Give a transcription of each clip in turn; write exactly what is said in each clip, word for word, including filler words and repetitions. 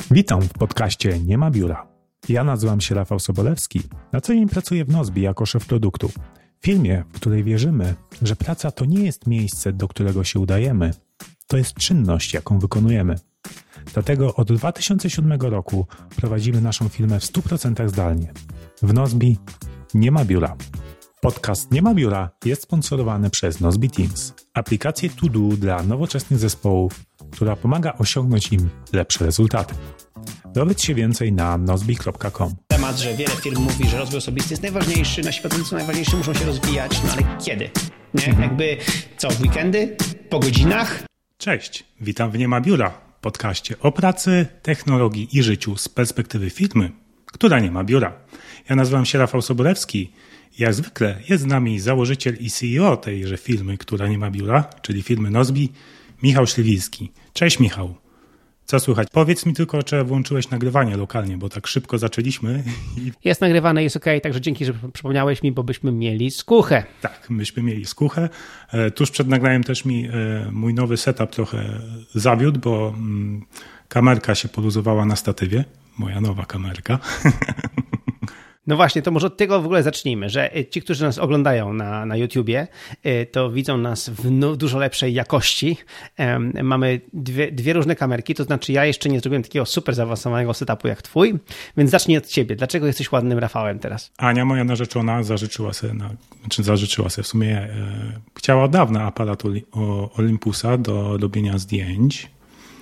Witam w podcaście Nie ma biura. Ja nazywam się Rafał Sobolewski. Na co dzień pracuję w Nozbi jako szef produktu. W firmie, w której wierzymy, że praca to nie jest miejsce, do którego się udajemy. To jest czynność, jaką wykonujemy. Dlatego od dwa tysiące siódmego roku prowadzimy naszą firmę w stu procentach zdalnie. W Nozbi nie ma biura. Podcast Nie ma biura jest sponsorowany przez Nozbi Teams, aplikację to do dla nowoczesnych zespołów, która pomaga osiągnąć im lepsze rezultaty. Dowiedz się więcej na nozbi kropka com. Temat, że wiele firm mówi, że rozwój osobisty jest najważniejszy, nasi pracownicy najważniejsi, muszą się rozwijać, no ale kiedy? Nie? Mhm. Jakby co, w weekendy? Po godzinach? Cześć, witam w Nie ma biura, podcaście o pracy, technologii i życiu z perspektywy firmy, która nie ma biura. Ja nazywam się Rafał Sobolewski. Jak zwykle jest z nami założyciel i C E O tejże firmy, która nie ma biura, czyli firmy Nozbi, Michał Śliwiński. Cześć Michał. Co słychać? Powiedz mi tylko, czy włączyłeś nagrywanie lokalnie, bo tak szybko zaczęliśmy. Jest nagrywane, jest okej, także dzięki, że przypomniałeś mi, bo byśmy mieli skuchę. Tak, myśmy mieli skuchę. Tuż przed nagraniem też mi mój nowy setup trochę zawiódł, bo kamerka się poluzowała na statywie. Moja nowa kamerka. No właśnie, to może od tego w ogóle zacznijmy, że ci, którzy nas oglądają na, na YouTubie, to widzą nas w no, dużo lepszej jakości. Mamy dwie, dwie różne kamerki, to znaczy ja jeszcze nie zrobiłem takiego super zaawansowanego setupu jak twój, więc zacznij od ciebie. Dlaczego jesteś ładnym Rafałem teraz? Ania, moja narzeczona, zażyczyła sobie, na, czy zażyczyła sobie w sumie, e, chciała od dawna aparat Olympusa do robienia zdjęć.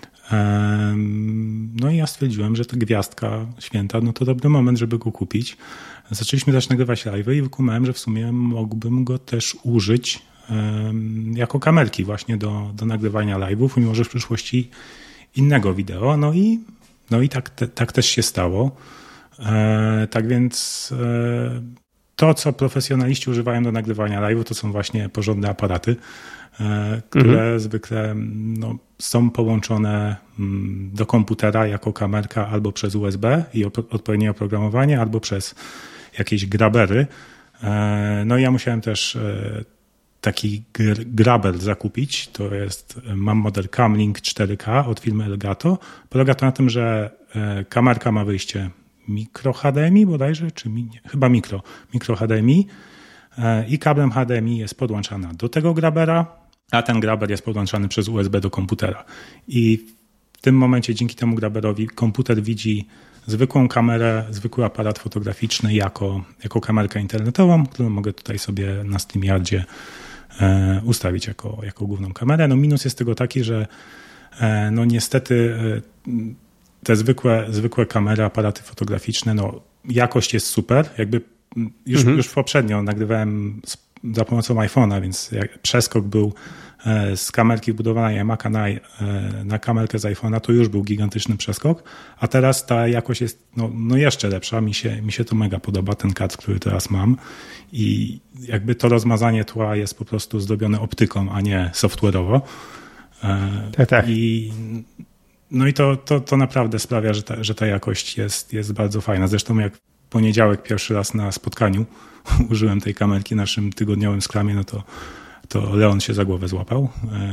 No i ja stwierdziłem, że to gwiazdka święta, no to dobry moment, żeby go kupić. Zaczęliśmy też nagrywać live'y i wykumałem, że w sumie mógłbym go też użyć um, jako kamerki właśnie do, do nagrywania live'ów, mimo że w przyszłości innego wideo. No i, no i tak, te, tak też się stało. E, tak więc e, to, co profesjonaliści używają do nagrywania live'ów, to są właśnie porządne aparaty, które mhm. zwykle no, są połączone do komputera jako kamerka albo przez U S B i odpowiednie oprogramowanie, albo przez jakieś grabery. No i ja musiałem też taki graber zakupić. To jest, mam model Camlink cztery K od firmy Elgato. Polega to na tym, że kamerka ma wyjście mikro H D M I bodajże, czy mi, nie, chyba mikro, mikro H D M I i kablem H D M I jest podłączana do tego grabera, a ten graber jest podłączany przez U S B do komputera. I w tym momencie dzięki temu graberowi komputer widzi zwykłą kamerę, zwykły aparat fotograficzny jako, jako kamerkę internetową, którą mogę tutaj sobie na StreamYardzie e, ustawić jako, jako główną kamerę. No minus jest tego taki, że e, no niestety e, te zwykłe, zwykłe kamery, aparaty fotograficzne, no jakość jest super, jakby Już, mhm. już poprzednio nagrywałem za pomocą iPhone'a, więc przeskok był z kamerki wbudowanej iMac'a na, na kamerkę z iPhone'a, to już był gigantyczny przeskok, a teraz ta jakość jest no, no jeszcze lepsza. Mi się, mi się to mega podoba, ten kadr, który teraz mam i jakby to rozmazanie tła jest po prostu zrobione optyką, a nie software'owo. Tak, tak. I no i to, to, to naprawdę sprawia, że ta, że ta jakość jest, jest bardzo fajna. Zresztą jak poniedziałek pierwszy raz na spotkaniu użyłem tej kamerki na naszym tygodniowym skramie, no to, to Leon się za głowę złapał.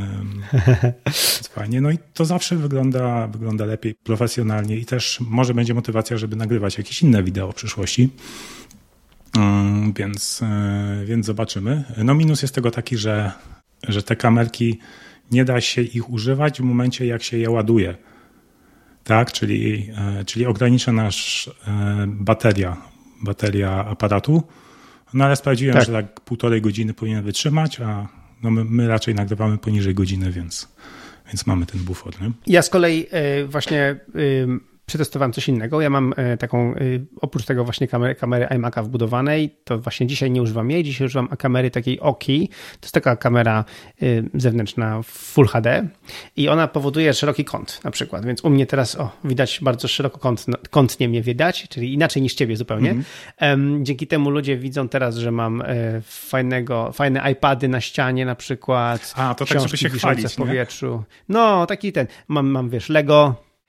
Więc fajnie. No i to zawsze wygląda, wygląda lepiej, profesjonalnie i też może będzie motywacja, żeby nagrywać jakieś inne wideo w przyszłości. Więc, więc zobaczymy. No minus jest tego taki, że, że te kamerki nie da się ich używać w momencie, jak się je ładuje. Tak, czyli, czyli ogranicza nasz bateria, bateria aparatu. No ale sprawdziłem, tak. że tak półtorej godziny powinien wytrzymać, a no my, my raczej nagrywamy poniżej godziny, więc, więc mamy ten bufor. Nie? Ja z kolei właśnie przetestowałem coś innego. Ja mam taką, oprócz tego właśnie kamery, kamery iMac'a wbudowanej, to właśnie dzisiaj nie używam jej, dzisiaj używam kamery takiej Oki. To jest taka kamera zewnętrzna Full H D i ona powoduje szeroki kąt na przykład, więc u mnie teraz o, widać bardzo szeroko kąt, kątnie mnie widać, czyli inaczej niż ciebie zupełnie. Mm-hmm. Dzięki temu ludzie widzą teraz, że mam fajnego, fajne iPady na ścianie na przykład. A, to tak, żeby się chwalić, w powietrzu. Nie? No, taki ten, mam, mam wiesz, Lego,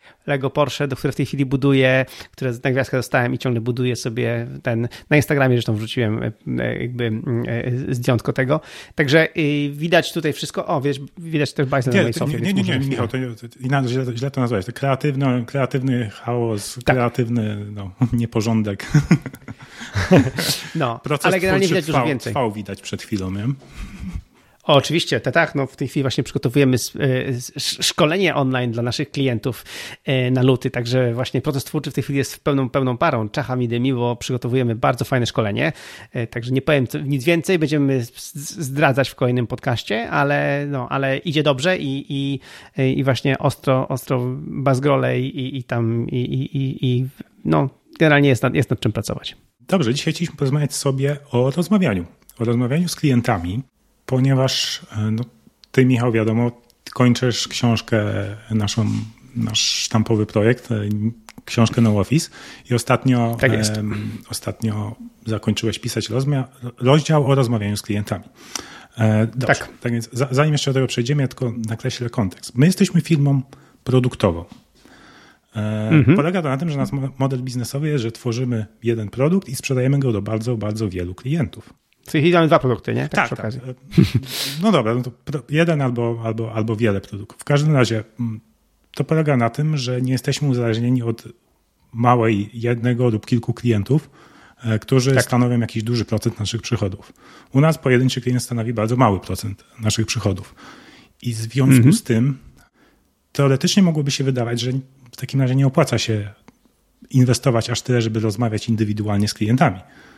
Lego Porsche, do którego w tej chwili buduję, które na gwiazdkę dostałem i ciągle buduję sobie ten, na Instagramie zresztą wrzuciłem jakby zdjątko tego. Także widać tutaj wszystko, o wiesz, widać też bajsę na mojej sofie. Nie, nie, nie, nie, Michał, to inaczej źle, źle to nazwałeś. To kreatywny, kreatywny chaos, tak. kreatywny no, nieporządek. No, proces ale generalnie widać trwał, dużo więcej. Trwał widać przed chwilą, nie? O, oczywiście, tak, tak. No w tej chwili właśnie przygotowujemy szkolenie online dla naszych klientów na luty, także właśnie proces twórczy w tej chwili jest pełną, pełną parą. Czacha mi dymi, bo przygotowujemy bardzo fajne szkolenie, także nie powiem nic więcej, będziemy zdradzać w kolejnym podcaście, ale, no, ale idzie dobrze i, i, i właśnie ostro, ostro bazgrole i, i tam i, i, i no, generalnie jest nad, jest nad czym pracować. Dobrze, dzisiaj chcieliśmy porozmawiać sobie o rozmawianiu, o rozmawianiu z klientami, ponieważ no, ty, Michał, wiadomo, kończysz książkę, naszą, nasz sztampowy projekt, książkę No Office i ostatnio, tak jest. e, ostatnio zakończyłeś pisać rozmia- rozdział o rozmawianiu z klientami. E, dobrze, tak. tak więc za, zanim jeszcze do tego przejdziemy, ja tylko nakreślę kontekst. My jesteśmy firmą produktową. E, mhm. Polega to na tym, że nasz model biznesowy jest, że tworzymy jeden produkt i sprzedajemy go do bardzo, bardzo wielu klientów. W tej chwili mamy dwa produkty, nie? Tak, tak, tak. No dobra, no to jeden albo, albo, albo wiele produktów. W każdym razie to polega na tym, że nie jesteśmy uzależnieni od małej jednego lub kilku klientów, którzy tak. stanowią jakiś duży procent naszych przychodów. U nas pojedynczy klient stanowi bardzo mały procent naszych przychodów. I w związku mhm. z tym teoretycznie mogłoby się wydawać, że w takim razie nie opłaca się inwestować aż tyle, żeby rozmawiać indywidualnie z klientami.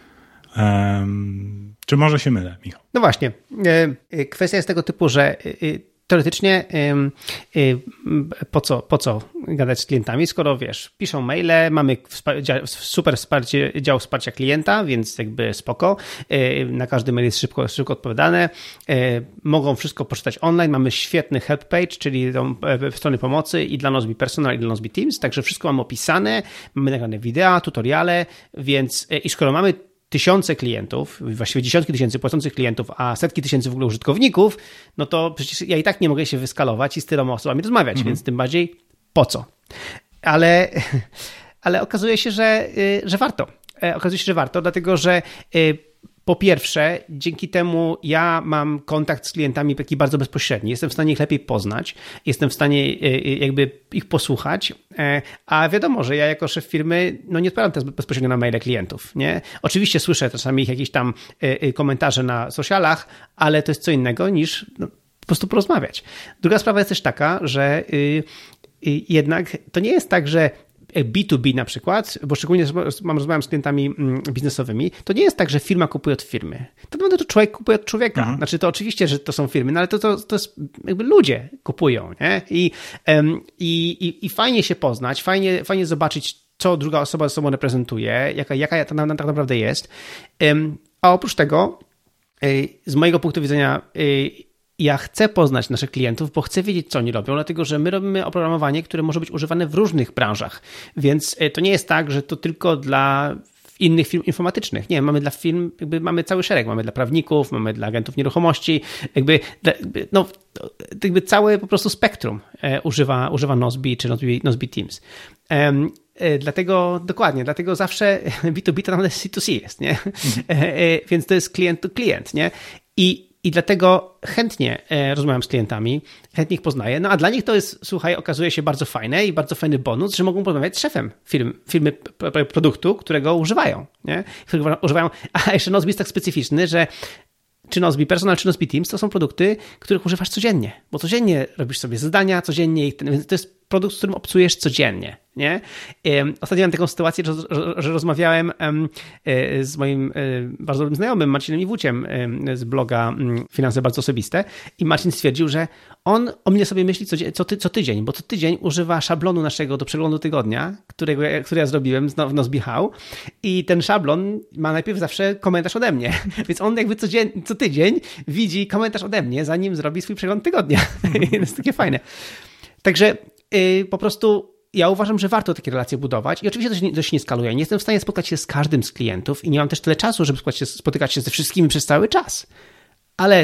Um, czy może się mylę, Michał? No właśnie. Kwestia jest tego typu, że teoretycznie po co, po co gadać z klientami, skoro wiesz, piszą maile, mamy super wsparcie, dział wsparcia klienta, więc jakby spoko. Na każdy mail jest szybko, szybko odpowiadane. Mogą wszystko poczytać online. Mamy świetny help page, czyli tą strony pomocy i dla Nozbe Personal, i dla Nozbe Teams, także wszystko mamy opisane, mamy nagrane wideo, tutoriale, więc i skoro mamy tysiące klientów, właściwie dziesiątki tysięcy płacących klientów, a setki tysięcy w ogóle użytkowników, no to przecież ja i tak nie mogę się wyskalować i z tyloma osobami rozmawiać, mhm. więc tym bardziej po co? Ale, ale okazuje się, że, że warto. Okazuje się, że warto, dlatego że po pierwsze, dzięki temu ja mam kontakt z klientami taki bardzo bezpośredni. Jestem w stanie ich lepiej poznać, jestem w stanie jakby ich posłuchać, a wiadomo, że ja jako szef firmy no nie odpowiadam też bezpośrednio na maile klientów. Nie? Oczywiście słyszę czasami ich jakieś tam komentarze na socialach, ale to jest co innego niż no, po prostu porozmawiać. Druga sprawa jest też taka, że jednak to nie jest tak, że B dwa B na przykład, bo szczególnie mam rozmawiam z klientami biznesowymi, to nie jest tak, że firma kupuje od firmy. To naprawdę to człowiek kupuje od człowieka. Mhm. Znaczy to oczywiście, że to są firmy, no ale to, to, to jest jakby ludzie kupują, nie? I, i, i, i fajnie się poznać, fajnie, fajnie zobaczyć, co druga osoba ze sobą reprezentuje, jaka, jaka ta tak naprawdę jest. A oprócz tego, z mojego punktu widzenia, ja chcę poznać naszych klientów, bo chcę wiedzieć, co oni robią, dlatego że my robimy oprogramowanie, które może być używane w różnych branżach, więc to nie jest tak, że to tylko dla innych firm informatycznych. Nie, mamy dla firm, jakby mamy cały szereg, mamy dla prawników, mamy dla agentów nieruchomości, jakby, no, jakby całe po prostu spektrum używa, używa Nozbe czy Nozbe, Nozbe Teams. Um, Dlatego, dokładnie, dlatego zawsze B dwa B to naprawdę C to C jest, nie? Mhm. Więc to jest klient to klient, nie? I I dlatego chętnie rozmawiam z klientami, chętnie ich poznaję. No a dla nich to jest, słuchaj, okazuje się bardzo fajne i bardzo fajny bonus, że mogą porozmawiać z szefem firm, firmy produktu, którego używają. Nie? Którego używają. A jeszcze Nozbe jest tak specyficzny, że czy Nozbe Personal, czy Nozbe Teams to są produkty, których używasz codziennie, bo codziennie robisz sobie zadania, codziennie ich, to jest produkt, z którym obcujesz codziennie. Nie? Ostatnio miałem taką sytuację, że, że rozmawiałem z moim bardzo dobrym znajomym Marcinem Iwuciem z bloga Finanse Bardzo Osobiste i Marcin stwierdził, że on o mnie sobie myśli co, co, ty, co tydzień, bo co tydzień używa szablonu naszego do przeglądu tygodnia, którego, który ja zrobiłem w Nozbe How i ten szablon ma najpierw zawsze komentarz ode mnie, więc on jakby co, dzień, co tydzień widzi komentarz ode mnie, zanim zrobi swój przegląd tygodnia. To jest takie fajne. Także yy, po prostu ja uważam, że warto takie relacje budować i oczywiście to się, nie, to się nie skaluje. Nie jestem w stanie spotkać się z każdym z klientów i nie mam też tyle czasu, żeby spotykać się, spotykać się ze wszystkimi przez cały czas. Ale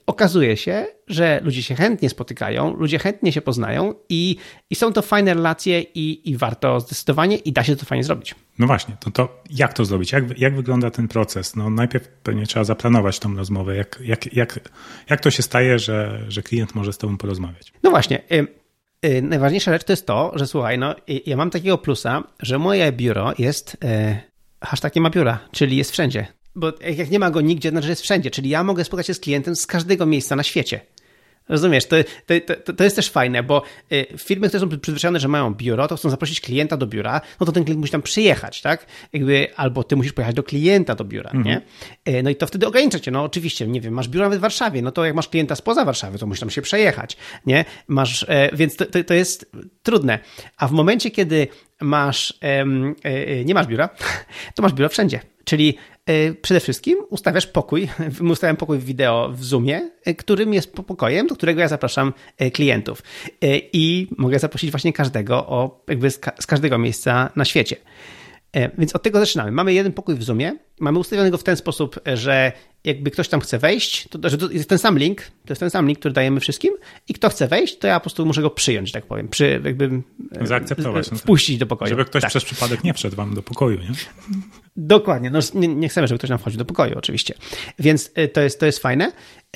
okazuje się, że ludzie się chętnie spotykają, ludzie chętnie się poznają i, i są to fajne relacje i, i warto zdecydowanie i da się to fajnie zrobić. No właśnie, to, to jak to zrobić? Jak, jak wygląda ten proces? No najpierw pewnie trzeba zaplanować tą rozmowę. Jak, jak, jak, jak to się staje, że, że klient może z tobą porozmawiać? No właśnie. Y, y, najważniejsza rzecz to jest to, że słuchaj, no y, ja mam takiego plusa, że moje biuro jest, y, hashtag nie ma biura, czyli jest wszędzie. Bo jak nie ma go nigdzie, to znaczy jest wszędzie. Czyli ja mogę spotkać się z klientem z każdego miejsca na świecie. Rozumiesz? To, to, to, to jest też fajne, bo firmy, które są przyzwyczajone, że mają biuro, to chcą zaprosić klienta do biura, no to ten klient musi tam przyjechać, tak? Jakby, albo ty musisz pojechać do klienta do biura, mhm. nie? No i to wtedy ogranicza cię. No oczywiście, nie wiem, masz biuro nawet w Warszawie, no to jak masz klienta spoza Warszawy, to musisz tam się przejechać, nie? Masz, więc to, to, to jest trudne. A w momencie, kiedy masz, nie masz biura, to masz biuro wszędzie. Czyli przede wszystkim ustawiasz pokój, my ustawiam pokój wideo w Zoomie, którym jest pokojem, do którego ja zapraszam klientów. I mogę zaprosić właśnie każdego o, jakby z, ka- z każdego miejsca na świecie. Więc od tego zaczynamy. Mamy jeden pokój w Zoomie, mamy ustawiony go w ten sposób, że jakby ktoś tam chce wejść, to, że to jest ten sam link, to jest ten sam link, który dajemy wszystkim i kto chce wejść, to ja po prostu muszę go przyjąć, tak powiem, przy, jakby zaakceptować, wpuścić do pokoju. Żeby ktoś tak. przez przypadek nie wszedł wam do pokoju, nie? Dokładnie, no nie, nie chcemy, żeby ktoś nam wchodził do pokoju oczywiście, więc to jest, to jest fajne.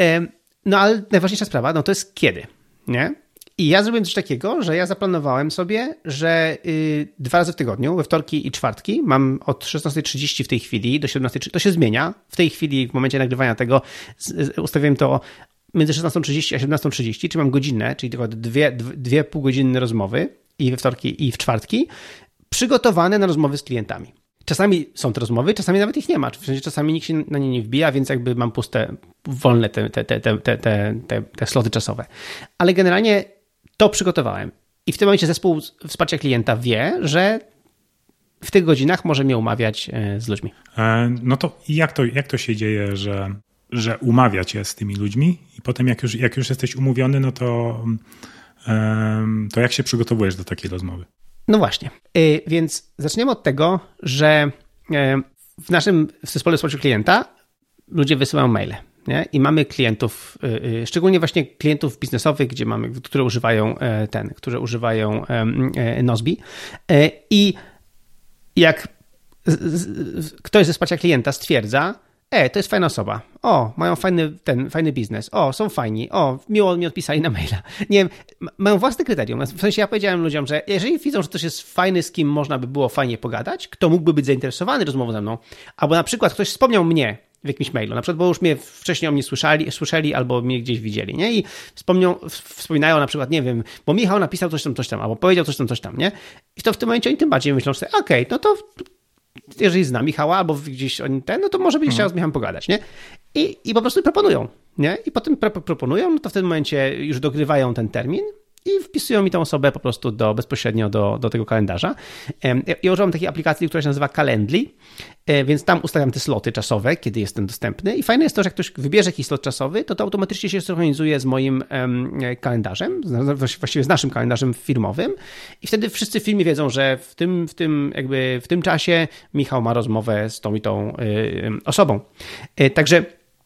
No ale najważniejsza sprawa, no to jest kiedy, nie? I ja zrobiłem coś takiego, że ja zaplanowałem sobie, że y, dwa razy w tygodniu, we wtorki i czwartki, mam od szesnasta trzydzieści w tej chwili do siedemnastej trzydzieści, to się zmienia. W tej chwili, w momencie nagrywania tego, z, z, ustawiłem to między szesnastą trzydzieści a siedemnastą trzydzieści, czyli mam godzinę, czyli tylko dwie, dwie półgodzinne rozmowy i we wtorki i w czwartki, przygotowane na rozmowy z klientami. Czasami są te rozmowy, czasami nawet ich nie ma. W sensie czasami nikt się na nie nie wbija, więc jakby mam puste, wolne te, te, te, te, te, te, te sloty czasowe. Ale generalnie to przygotowałem. I w tym momencie zespół wsparcia klienta wie, że w tych godzinach może mnie umawiać z ludźmi. No to jak to, jak to się dzieje, że, że umawia cię z tymi ludźmi i potem jak już, jak już jesteś umówiony, no to, to jak się przygotowujesz do takiej rozmowy? No właśnie. Więc zaczniemy od tego, że w naszym zespole wsparcia klienta ludzie wysyłają maile. Nie? I mamy klientów, szczególnie właśnie klientów biznesowych, gdzie mamy, które używają ten, które używają Nozbe. I jak ktoś ze wsparcia klienta stwierdza, e, to jest fajna osoba, o, mają fajny, ten, fajny biznes, o, są fajni, o, miło mi odpisali na maila. Nie wiem, mają własne kryterium. W sensie ja powiedziałem ludziom, że jeżeli widzą, że ktoś jest fajny, z kim można by było fajnie pogadać, kto mógłby być zainteresowany rozmową ze mną, albo na przykład ktoś wspomniał mnie w jakimś mailu, na przykład, bo już mnie wcześniej o mnie słyszeli, słyszeli albo mnie gdzieś widzieli, nie? I wspomnią, wspominają na przykład, nie wiem, bo Michał napisał coś tam, coś tam, albo powiedział coś tam, coś tam, nie? I to w tym momencie oni tym bardziej myślą, że okej, okay, no to jeżeli zna Michała albo gdzieś oni ten, no to może będzie chciał z Michałem pogadać, nie? I, i po prostu proponują, nie? I potem pro, proponują, no to w tym momencie już dogrywają ten termin i wpisują mi tę osobę po prostu do, bezpośrednio do, do tego kalendarza. Ja używam takiej aplikacji, która się nazywa Calendly, więc tam ustawiam te sloty czasowe, kiedy jestem dostępny i fajne jest to, że jak ktoś wybierze jakiś slot czasowy, to to automatycznie się synchronizuje z moim kalendarzem, właściwie z naszym kalendarzem firmowym i wtedy wszyscy w firmie wiedzą, że w tym, w tym, jakby w tym czasie Michał ma rozmowę z tą i tą osobą. Także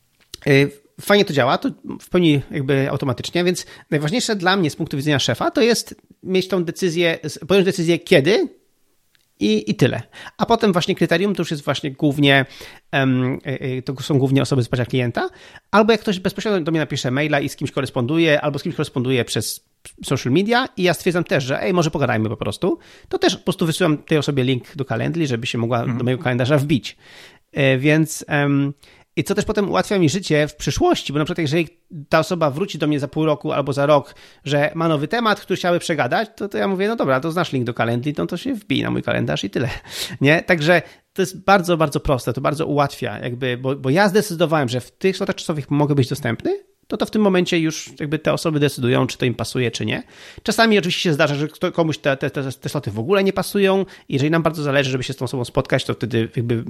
fajnie to działa, to w pełni jakby automatycznie, więc najważniejsze dla mnie z punktu widzenia szefa to jest mieć tą decyzję, podjąć decyzję kiedy i, i tyle. A potem właśnie kryterium to już jest właśnie głównie, um, to są głównie osoby z wsparcia klienta, albo jak ktoś bezpośrednio do mnie napisze maila i z kimś koresponduje, albo z kimś koresponduje przez social media i ja stwierdzam też, że ej, może pogadajmy po prostu, to też po prostu wysyłam tej osobie link do Calendly, żeby się mogła mhm. do mojego kalendarza wbić. Więc um, i co też potem ułatwia mi życie w przyszłości, bo na przykład jeżeli ta osoba wróci do mnie za pół roku albo za rok, że ma nowy temat, który chciałaby przegadać, to, to ja mówię, no dobra, to znasz link do Calendly, no to się wbij na mój kalendarz i tyle. Nie? Także to jest bardzo, bardzo proste, to bardzo ułatwia, jakby, bo, bo ja zdecydowałem, że w tych slotach czasowych mogę być dostępny, to to w tym momencie już jakby te osoby decydują, czy to im pasuje, czy nie. Czasami oczywiście się zdarza, że komuś te, te, te, te sloty w ogóle nie pasują. Jeżeli nam bardzo zależy, żeby się z tą osobą spotkać, to wtedy jakby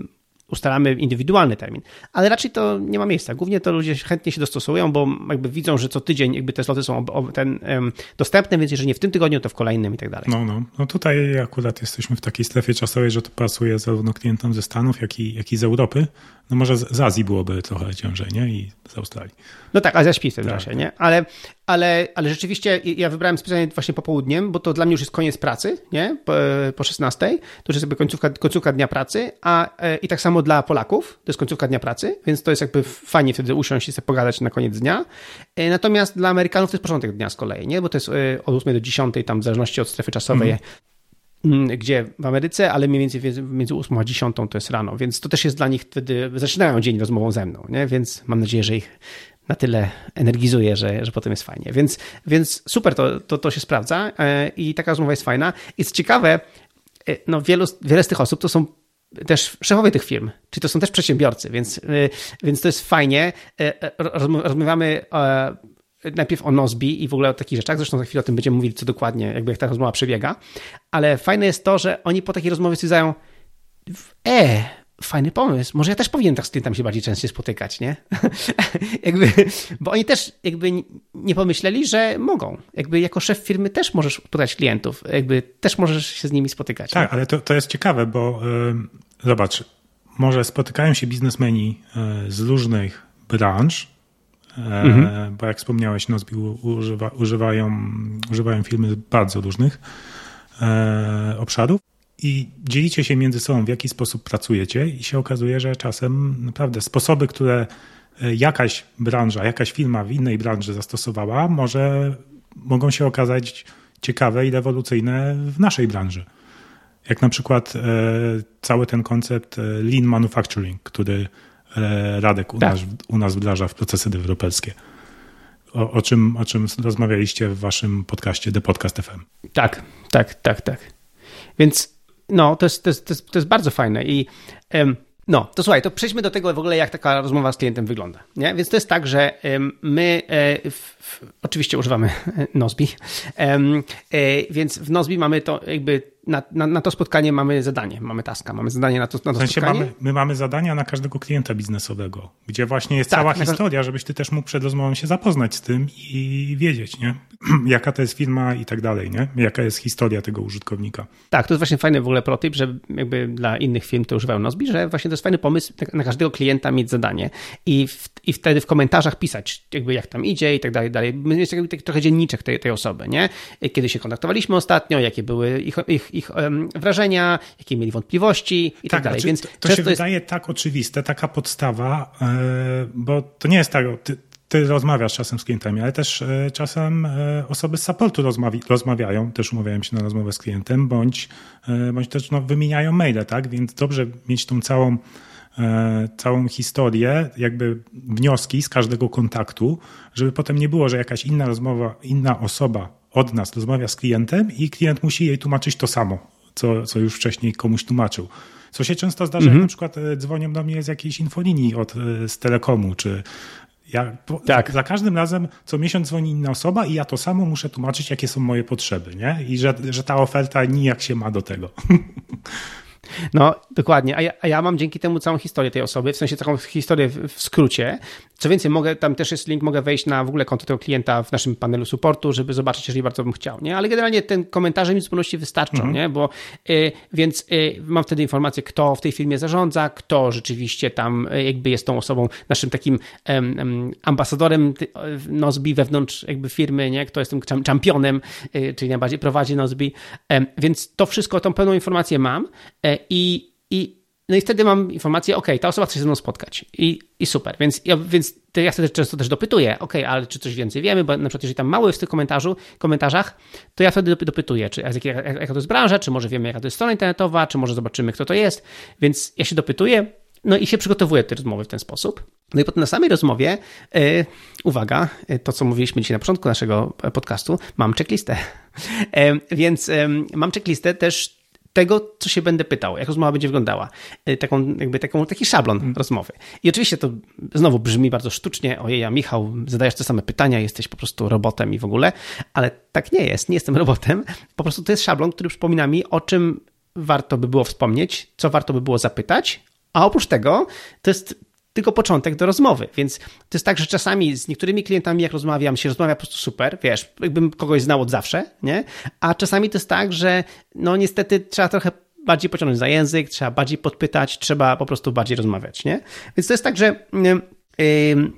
ustalamy indywidualny termin, ale raczej to nie ma miejsca. Głównie to ludzie chętnie się dostosują, bo jakby widzą, że co tydzień jakby te sloty są ten, um, dostępne, więc jeżeli nie w tym tygodniu, to w kolejnym i tak dalej. No, no. No tutaj akurat jesteśmy w takiej strefie czasowej, że to pasuje zarówno klientom ze Stanów, jak i, jak i z Europy. No może z, z Azji byłoby trochę ciężej, nie? I z Australii. No tak, Azja śpi w tym tak, czasie, tak. nie? Ale, ale, ale rzeczywiście ja wybrałem specjalnie właśnie popołudniem, bo to dla mnie już jest koniec pracy, nie? Po, po szesnastej, to już jest jakby końcówka, końcówka dnia pracy, a i tak samo dla Polaków, to jest końcówka dnia pracy, więc to jest jakby fajnie wtedy usiąść i sobie pogadać na koniec dnia. Natomiast dla Amerykanów to jest początek dnia z kolei, nie? Bo to jest od ósmej do dziesiątej, tam w zależności od strefy czasowej, mm. gdzie w Ameryce, ale mniej więcej między ósmą a dziesiątą to jest rano, więc to też jest dla nich wtedy, zaczynają dzień rozmową ze mną, nie? Więc mam nadzieję, że ich na tyle energizuje, że, że potem jest fajnie. Więc, więc super to, to, to się sprawdza i taka rozmowa jest fajna. I co ciekawe, no wielu, wiele z tych osób to są też szefowie tych firm, czyli to są też przedsiębiorcy, więc, więc to jest fajnie. Rozmawiamy najpierw o Nozbi i w ogóle o takich rzeczach, zresztą za chwilę o tym będziemy mówili, co dokładnie, jakby jak ta rozmowa przebiega, ale fajne jest to, że oni po takiej rozmowie stwierdzają, e, fajny pomysł, może ja też powinienem tak z klientami się bardziej częściej spotykać, nie? jakby, bo oni też jakby nie pomyśleli, że mogą. Jakby jako szef firmy też możesz spotkać klientów, jakby też możesz się z nimi spotykać. Tak, nie? ale to, to jest ciekawe, bo yy, zobacz, może spotykają się biznesmeni yy, z różnych branż, yy, mhm. bo jak wspomniałeś, Nozbi używa, używają, używają firmy z bardzo różnych yy, obszarów. I dzielicie się między sobą, w jaki sposób pracujecie i się okazuje, że czasem naprawdę sposoby, które jakaś branża, jakaś firma w innej branży zastosowała, może mogą się okazać ciekawe i rewolucyjne w naszej branży. Jak na przykład e, cały ten koncept lean manufacturing, który e, Radek u, tak. nas, u nas wdraża w procesy deweloperskie. O, o, czym, o czym rozmawialiście w waszym podcaście The Podcast F M. Tak, tak, tak, tak. Więc no, to jest, to jest, to jest, to jest bardzo fajne i um, no, to słuchaj, to przejdźmy do tego w ogóle, jak taka rozmowa z klientem wygląda, nie? Więc to jest tak, że um, my e, w, w, oczywiście używamy Nozbi, um, e, więc w Nozbi mamy to jakby na, na, na to spotkanie mamy zadanie, mamy taska, mamy zadanie na to, na to w sensie spotkanie. Mamy, my mamy zadania na każdego klienta biznesowego, gdzie właśnie jest tak, cała na... historia, żebyś ty też mógł przed rozmową się zapoznać z tym i wiedzieć, nie? Jaka to jest firma i tak dalej, nie? Jaka jest historia tego użytkownika. Tak, to jest właśnie fajny w ogóle protip, że jakby dla innych firm, które używają Nozbi, że właśnie to jest fajny pomysł na każdego klienta mieć zadanie i, w, i wtedy w komentarzach pisać, jakby jak tam idzie i tak dalej, dalej. Jest jakby taki trochę dzienniczek tej, tej osoby, nie? Kiedy się kontaktowaliśmy ostatnio, jakie były ich, ich, ich um, wrażenia, jakie mieli wątpliwości i tak, tak dalej. Znaczy, Więc to, to się jest... wydaje tak oczywiste, taka podstawa, yy, bo to nie jest tak, ty, ty rozmawiasz czasem z klientami, ale też yy, czasem yy, osoby z supportu rozmawi- rozmawiają, też umawiają się na rozmowę z klientem, bądź, yy, bądź też no, wymieniają maile, tak? Więc dobrze mieć tą całą całą historię, jakby wnioski z każdego kontaktu, żeby potem nie było, że jakaś inna rozmowa, inna osoba od nas rozmawia z klientem i klient musi jej tłumaczyć to samo, co, co już wcześniej komuś tłumaczył. Co się często zdarza, mhm. jak na przykład dzwonią do mnie z jakiejś infolinii od, z Telekomu, czy ja, tak. Za każdym razem co miesiąc dzwoni inna osoba i ja to samo muszę tłumaczyć, jakie są moje potrzeby, nie? I że, że ta oferta nijak się ma do tego. No, dokładnie. A ja, a ja mam dzięki temu całą historię tej osoby, w sensie taką historię w, w skrócie. Co więcej, mogę, tam też jest link, mogę wejść na w ogóle konto tego klienta w naszym panelu supportu, żeby zobaczyć, jeżeli bardzo bym chciał, nie? Ale generalnie ten komentarze mi w zupełności wystarczą, mhm. nie? Bo y, więc y, mam wtedy informację, kto w tej firmie zarządza, kto rzeczywiście tam y, jakby jest tą osobą, naszym takim y, y, ambasadorem y, Nozbi wewnątrz jakby firmy, nie? Kto jest tym championem, y, czyli najbardziej prowadzi Nozbi. Y, więc to wszystko, tą pełną informację mam y, i, i no i wtedy mam informację, ok, ta osoba chce się ze mną spotkać i, i super, więc ja, więc ja wtedy często też dopytuję, ok, ale czy coś więcej wiemy, bo na przykład jeżeli tam mało jest w tych komentarzu, komentarzach, to ja wtedy dopytuję, czy jaka, jaka to jest branża, czy może wiemy, jaka to jest strona internetowa, czy może zobaczymy, kto to jest, więc ja się dopytuję, no i się przygotowuję do tej rozmowy w ten sposób. No i potem na samej rozmowie, yy, uwaga, to co mówiliśmy dzisiaj na początku naszego podcastu, mam checklistę, yy, więc yy, mam checklistę też tego, co się będę pytał, jak rozmowa będzie wyglądała. Taką, jakby taką, taki szablon hmm. rozmowy. I oczywiście to znowu brzmi bardzo sztucznie, ojej, a Michał, zadajesz te same pytania, jesteś po prostu robotem i w ogóle, ale tak nie jest, nie jestem robotem. Po prostu to jest szablon, który przypomina mi, o czym warto by było wspomnieć, co warto by było zapytać A oprócz tego to jest tylko początek do rozmowy, więc to jest tak, że czasami z niektórymi klientami jak rozmawiam, się rozmawia po prostu super, wiesz, jakbym kogoś znał od zawsze, nie? A czasami to jest tak, że no niestety trzeba trochę bardziej pociągnąć za język, trzeba bardziej podpytać, trzeba po prostu bardziej rozmawiać, nie? Więc to jest tak, że yy, yy,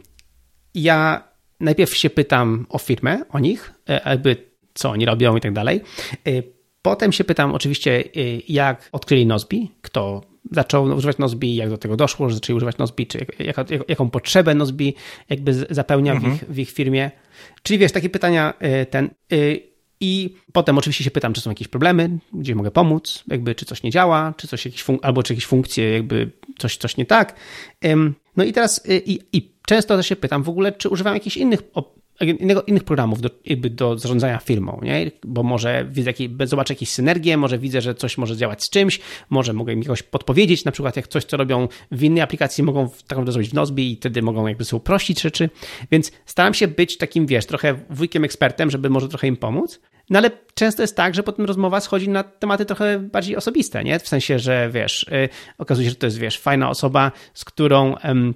ja najpierw się pytam o firmę, o nich, jakby co oni robią i tak dalej. Yy, potem się pytam oczywiście, yy, jak odkryli Nozbi, kto zaczął używać Nozbi, jak do tego doszło, że zaczęli używać Nozbi, czy jak, jak, jaką potrzebę Nozbi jakby zapełnia mhm. w, ich, w ich firmie. Czyli wiesz, takie pytania yy, ten... Yy, I potem oczywiście się pytam, czy są jakieś problemy, gdzie mogę pomóc, jakby czy coś nie działa, czy coś jakieś fun- albo czy jakieś funkcje, jakby coś, coś nie tak. No i teraz i, i często też się pytam w ogóle, czy używam jakichś innych, innego, innych programów do, jakby do zarządzania firmą, nie? Bo może widzę jakieś, zobaczę jakieś synergie, może widzę, że coś może działać z czymś, może mogę im jakoś podpowiedzieć, na przykład jak coś, co robią w innej aplikacji, mogą tak naprawdę zrobić w Nozbi i wtedy mogą jakby sobie uprościć rzeczy, więc staram się być takim, wiesz, trochę wujkiem ekspertem, żeby może trochę im pomóc. No ale często jest tak, że potem rozmowa schodzi na tematy trochę bardziej osobiste, nie? W sensie, że wiesz, yy, okazuje się, że to jest, wiesz, fajna osoba, z którą... Yy,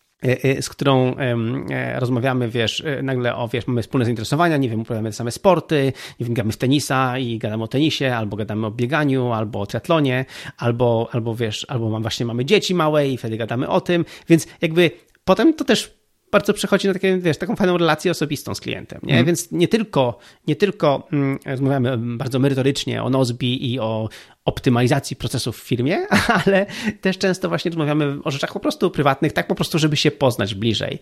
z którą rozmawiamy, wiesz, nagle o, wiesz, mamy wspólne zainteresowania, nie wiem, uprawiamy te same sporty, nie wiem, gramy w tenisa i gadamy o tenisie, albo gadamy o bieganiu, albo o triatlonie, albo, albo wiesz, albo mam, właśnie mamy dzieci małe i wtedy gadamy o tym, więc jakby potem to też bardzo przechodzi na takie, wiesz, taką fajną relację osobistą z klientem, nie? Mm. Więc nie tylko, nie tylko mm, rozmawiamy bardzo merytorycznie o Nozbi i o optymalizacji procesów w firmie, ale też często właśnie rozmawiamy o rzeczach po prostu prywatnych, tak po prostu, żeby się poznać bliżej.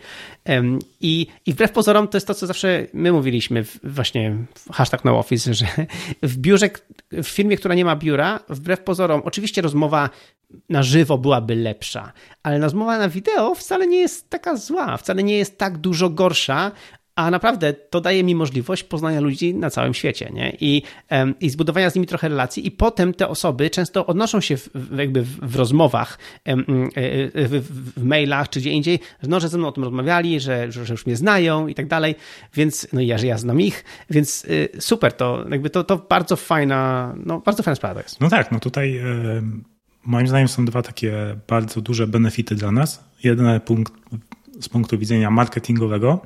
I, i wbrew pozorom to jest to, co zawsze my mówiliśmy w, właśnie w hashtag no office, że w biurze, w firmie, która nie ma biura, wbrew pozorom, oczywiście rozmowa na żywo byłaby lepsza, ale rozmowa na wideo wcale nie jest taka zła, wcale nie jest tak dużo gorsza, a naprawdę to daje mi możliwość poznania ludzi na całym świecie, nie? I, um, i zbudowania z nimi trochę relacji i potem te osoby często odnoszą się w, w, jakby w, w rozmowach, um, w, w, w mailach czy gdzie indziej, no, że ze mną o tym rozmawiali, że, że już mnie znają i tak dalej, więc no i ja, że ja znam ich, więc y, super, to jakby to, to bardzo fajna, no bardzo fajna sprawa to jest. No tak, no tutaj y, moim zdaniem są dwa takie bardzo duże benefity dla nas. Jeden punkt z punktu widzenia marketingowego,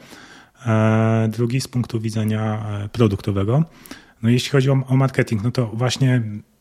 drugi z punktu widzenia produktowego. No jeśli chodzi o, o marketing, no to właśnie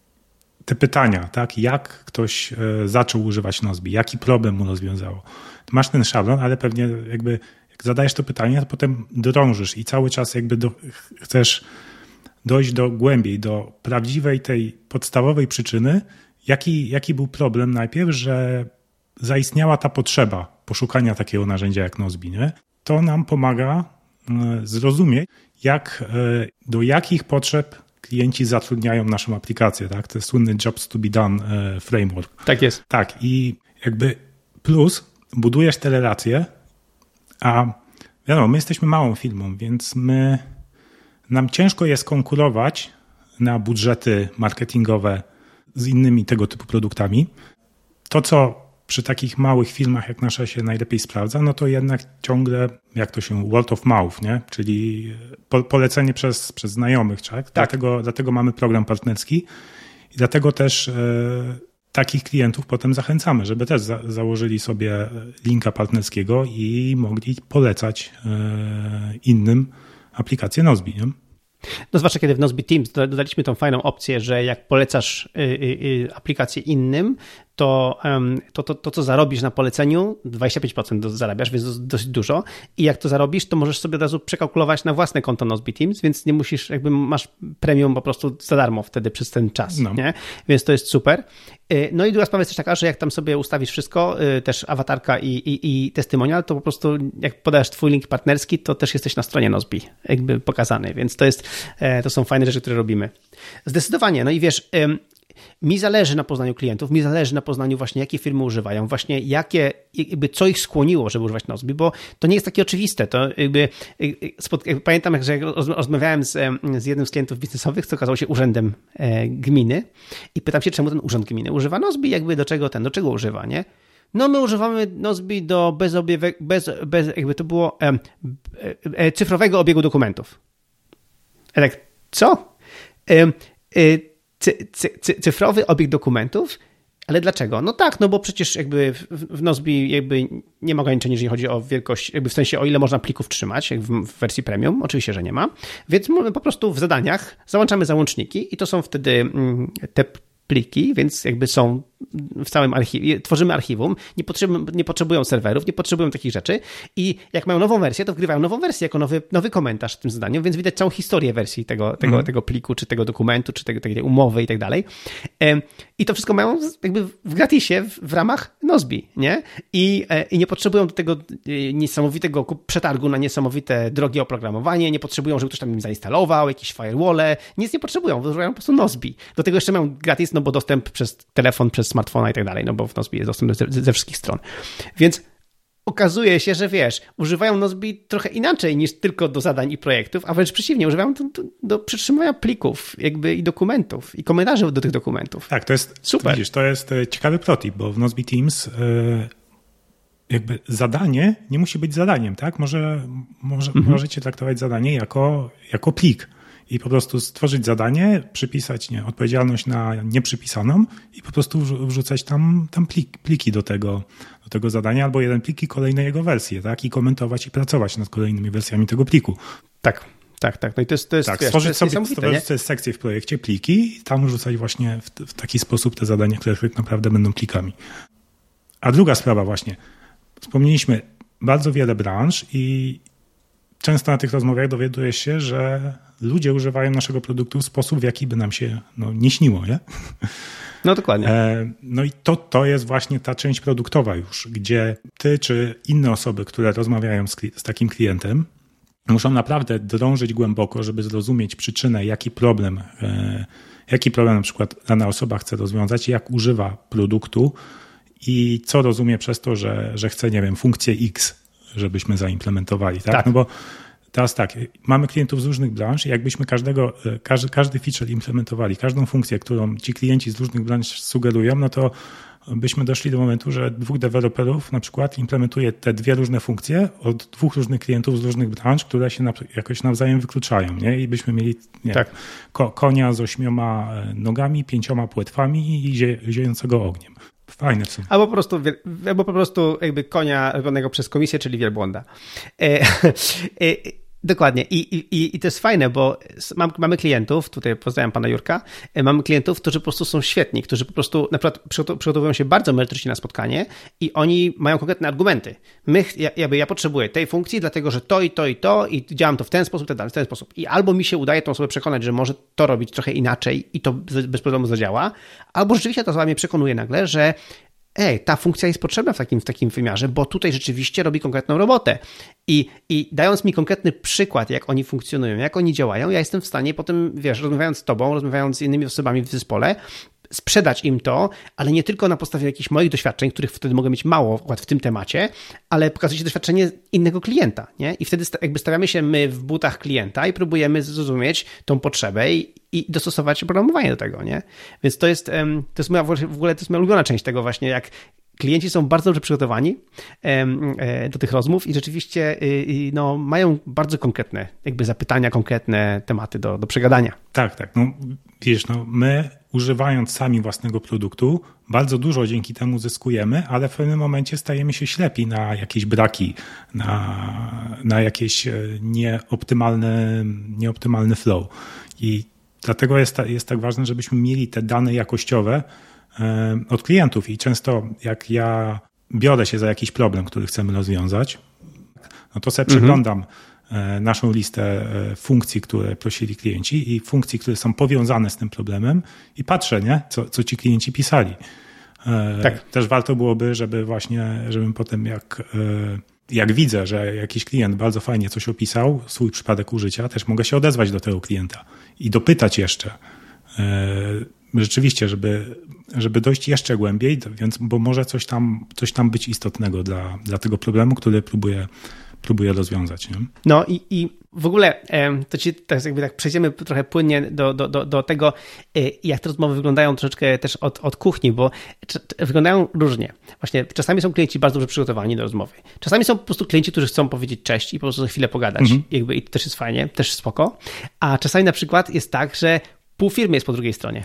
te pytania, tak, jak ktoś zaczął używać Nozbi, jaki problem mu rozwiązało. Masz ten szablon, ale pewnie jakby jak zadajesz to pytanie, to potem drążysz i cały czas jakby do, chcesz dojść do głębiej, do prawdziwej tej podstawowej przyczyny, jaki, jaki był problem najpierw, że zaistniała ta potrzeba poszukania takiego narzędzia jak Nozbi, nie? To nam pomaga zrozumieć, jak, do jakich potrzeb klienci zatrudniają naszą aplikację, tak? To jest słynny Jobs to be done framework. Tak jest. Tak i jakby plus budujesz te relacje, a wiadomo, my jesteśmy małą firmą, więc my, nam ciężko jest konkurować na budżety marketingowe z innymi tego typu produktami. To, co przy takich małych firmach jak nasza się najlepiej sprawdza, no to jednak ciągle, jak to się, word of mouth, nie? Czyli po, polecenie przez, przez znajomych, tak? tak. Dlatego, dlatego mamy program partnerski i dlatego też e, takich klientów potem zachęcamy, żeby też za, założyli sobie linka partnerskiego i mogli polecać e, innym aplikację Nozbi, nie? No zwłaszcza kiedy w Nozbi Teams dodaliśmy tą fajną opcję, że jak polecasz y, y, aplikację innym, to, um, to, to, to co zarobisz na poleceniu, dwadzieścia pięć procent zarabiasz, więc dosyć dużo i jak to zarobisz, to możesz sobie od razu przekalkulować na własne konto Nozbi Teams, więc nie musisz, jakby masz premium po prostu za darmo wtedy przez ten czas, no. Nie? Więc to jest super. No i druga sprawa jest też taka, że jak tam sobie ustawisz wszystko, też awatarka i, i, i testymonial, to po prostu jak podasz twój link partnerski, to też jesteś na stronie Nozbi jakby pokazany, więc to jest, to są fajne rzeczy, które robimy. Zdecydowanie, no i wiesz, mi zależy na poznaniu klientów, mi zależy na poznaniu właśnie, jakie firmy używają, właśnie jakie, jakby co ich skłoniło, żeby używać Nozbi, bo to nie jest takie oczywiste. To jakby, jakby pamiętam, że jak rozmawiałem z, z jednym z klientów biznesowych, co okazało się urzędem gminy i pytam się, czemu ten urząd gminy używa Nozbi, jakby do czego ten, do czego używa, nie? No my używamy Nozbi do bezobie, bez, bez, jakby to było e, e, cyfrowego obiegu dokumentów. Ja tak, co? E, e, Cy, cy, cyfrowy obieg dokumentów, Ale dlaczego? No tak, no bo przecież jakby w, w Nozbi jakby nie ma ograniczeń, jeżeli chodzi o wielkość, jakby w sensie o ile można plików trzymać, jak w, w wersji premium, oczywiście, że nie ma, więc po prostu w zadaniach załączamy załączniki i to są wtedy te pliki, więc jakby są w całym archiwum, tworzymy archiwum, nie potrzebują, nie potrzebują serwerów, nie potrzebują takich rzeczy i jak mają nową wersję, to wgrywają nową wersję jako nowy, nowy komentarz w tym zadaniu, więc widać całą historię wersji tego, tego, mm. tego pliku, czy tego dokumentu, czy tego, tej umowy i tak dalej. I to wszystko mają jakby w gratisie w, w ramach Nozbi, nie? I, I nie potrzebują do tego niesamowitego przetargu na niesamowite drogie oprogramowanie, nie potrzebują, żeby ktoś tam im zainstalował, jakieś firewall, nic nie potrzebują, używają po prostu Nozbi. Do tego jeszcze mają gratis, no bo dostęp przez telefon, przez smartfona i tak dalej, no bo w Nozbi jest dostęp ze, ze wszystkich stron. Więc okazuje się, że wiesz, używają Nozbi trochę inaczej niż tylko do zadań i projektów, a wręcz przeciwnie, używają do, do, do przytrzymywania plików jakby i dokumentów i komentarzy do tych dokumentów. Tak, to jest, super. Widzisz, to jest ciekawy protip, bo w Nozbi Teams yy, jakby zadanie nie musi być zadaniem, tak? Może, może, mhm. Możecie traktować zadanie jako, jako plik. I po prostu stworzyć zadanie, przypisać nie, odpowiedzialność na nieprzypisaną i po prostu wrzucać tam, tam plik, pliki do tego, do tego zadania, albo jeden plik i kolejne jego wersje, tak? I komentować i pracować nad kolejnymi wersjami tego pliku. Tak, tak, tak. No i to jest, to jest, tak, wiesz, stworzyć to jest sobie stworzyć sobie sekcję w projekcie, pliki i tam wrzucać właśnie w, w taki sposób te zadania, które tak naprawdę będą plikami. A druga sprawa właśnie. Wspomnieliśmy bardzo wiele branż i często na tych rozmowach dowiaduje się, że ludzie używają naszego produktu w sposób, w jaki by nam się no, nie śniło, nie? No dokładnie. E, no i to, to jest właśnie ta część produktowa już, gdzie ty czy inne osoby, które rozmawiają z, z takim klientem, muszą naprawdę drążyć głęboko, żeby zrozumieć przyczynę, jaki problem, e, jaki problem na przykład dana osoba chce rozwiązać, jak używa produktu i co rozumie przez to, że, że chce, nie wiem, funkcję X, żebyśmy zaimplementowali, tak? tak. No bo teraz tak, mamy klientów z różnych branż i jakbyśmy każdego, każdy, każdy feature implementowali, każdą funkcję, którą ci klienci z różnych branż sugerują, no to byśmy doszli do momentu, że dwóch deweloperów na przykład implementuje te dwie różne funkcje od dwóch różnych klientów z różnych branż, które się jakoś nawzajem wykluczają, nie? I byśmy mieli nie, tak. ko- konia z ośmioma nogami, pięcioma płetwami i zie- ziejącego ogniem. Fajne w sumie. Albo po prostu, albo po prostu jakby konia robionego przez komisję, czyli wielbłąda. E, e, Dokładnie. I, i, i to jest fajne, bo mam, mamy klientów, tutaj pozdrawiam pana Jurka, mamy klientów, którzy po prostu są świetni, którzy po prostu na przykład przygotowują się bardzo merytorycznie na spotkanie i oni mają konkretne argumenty. My, ja, jakby ja potrzebuję tej funkcji, dlatego że to i to i to i działam to w ten sposób, w ten sposób. I albo mi się udaje tą osobę przekonać, że może to robić trochę inaczej i to bez problemu zadziała, albo rzeczywiście ta osoba mnie przekonuje nagle, że ej, ta funkcja jest potrzebna w takim, w takim wymiarze, bo tutaj rzeczywiście robi konkretną robotę. I, I dając mi konkretny przykład, jak oni funkcjonują, jak oni działają, ja jestem w stanie potem, wiesz, rozmawiając z tobą, rozmawiając z innymi osobami w zespole, sprzedać im to, ale nie tylko na podstawie jakichś moich doświadczeń, których wtedy mogę mieć mało akurat w tym temacie, ale pokazać doświadczenie innego klienta, nie? I wtedy jakby stawiamy się my w butach klienta i próbujemy zrozumieć tą potrzebę i, i dostosować oprogramowanie do tego, nie? Więc to jest, to jest moja, w ogóle to jest moja ulubiona część tego właśnie, jak klienci są bardzo dobrze przygotowani do tych rozmów i rzeczywiście no, mają bardzo konkretne jakby zapytania, konkretne tematy do, do przegadania. Tak, tak. No, wiesz, no, my używając sami własnego produktu bardzo dużo dzięki temu zyskujemy, ale w pewnym momencie stajemy się ślepi na jakieś braki, na, na jakieś nieoptymalne, nieoptymalny flow. I dlatego jest, jest tak ważne, żebyśmy mieli te dane jakościowe od klientów i często jak ja biorę się za jakiś problem, który chcemy rozwiązać, no to sobie mhm. przeglądam naszą listę funkcji, które prosili klienci i funkcji, które są powiązane z tym problemem i patrzę, nie, co, co ci klienci pisali. Tak. Też warto byłoby, żeby właśnie, żebym potem jak, jak widzę, że jakiś klient bardzo fajnie coś opisał, swój przypadek użycia, też mogę się odezwać do tego klienta i dopytać jeszcze. Rzeczywiście, żeby, żeby dojść jeszcze głębiej, więc, bo może coś tam, coś tam być istotnego dla, dla tego problemu, który próbuję, próbuję rozwiązać. Nie? No i, i w ogóle to ci tak jakby tak przejdziemy trochę płynnie do, do, do, do tego, jak te rozmowy wyglądają troszeczkę też od, od kuchni, bo wyglądają różnie. Właśnie czasami są klienci bardzo dobrze przygotowani do rozmowy. Czasami są po prostu klienci, którzy chcą powiedzieć cześć i po prostu za chwilę pogadać. Mhm. Jakby, i to też jest fajnie, też spoko. A czasami na przykład jest tak, że pół firmy jest po drugiej stronie.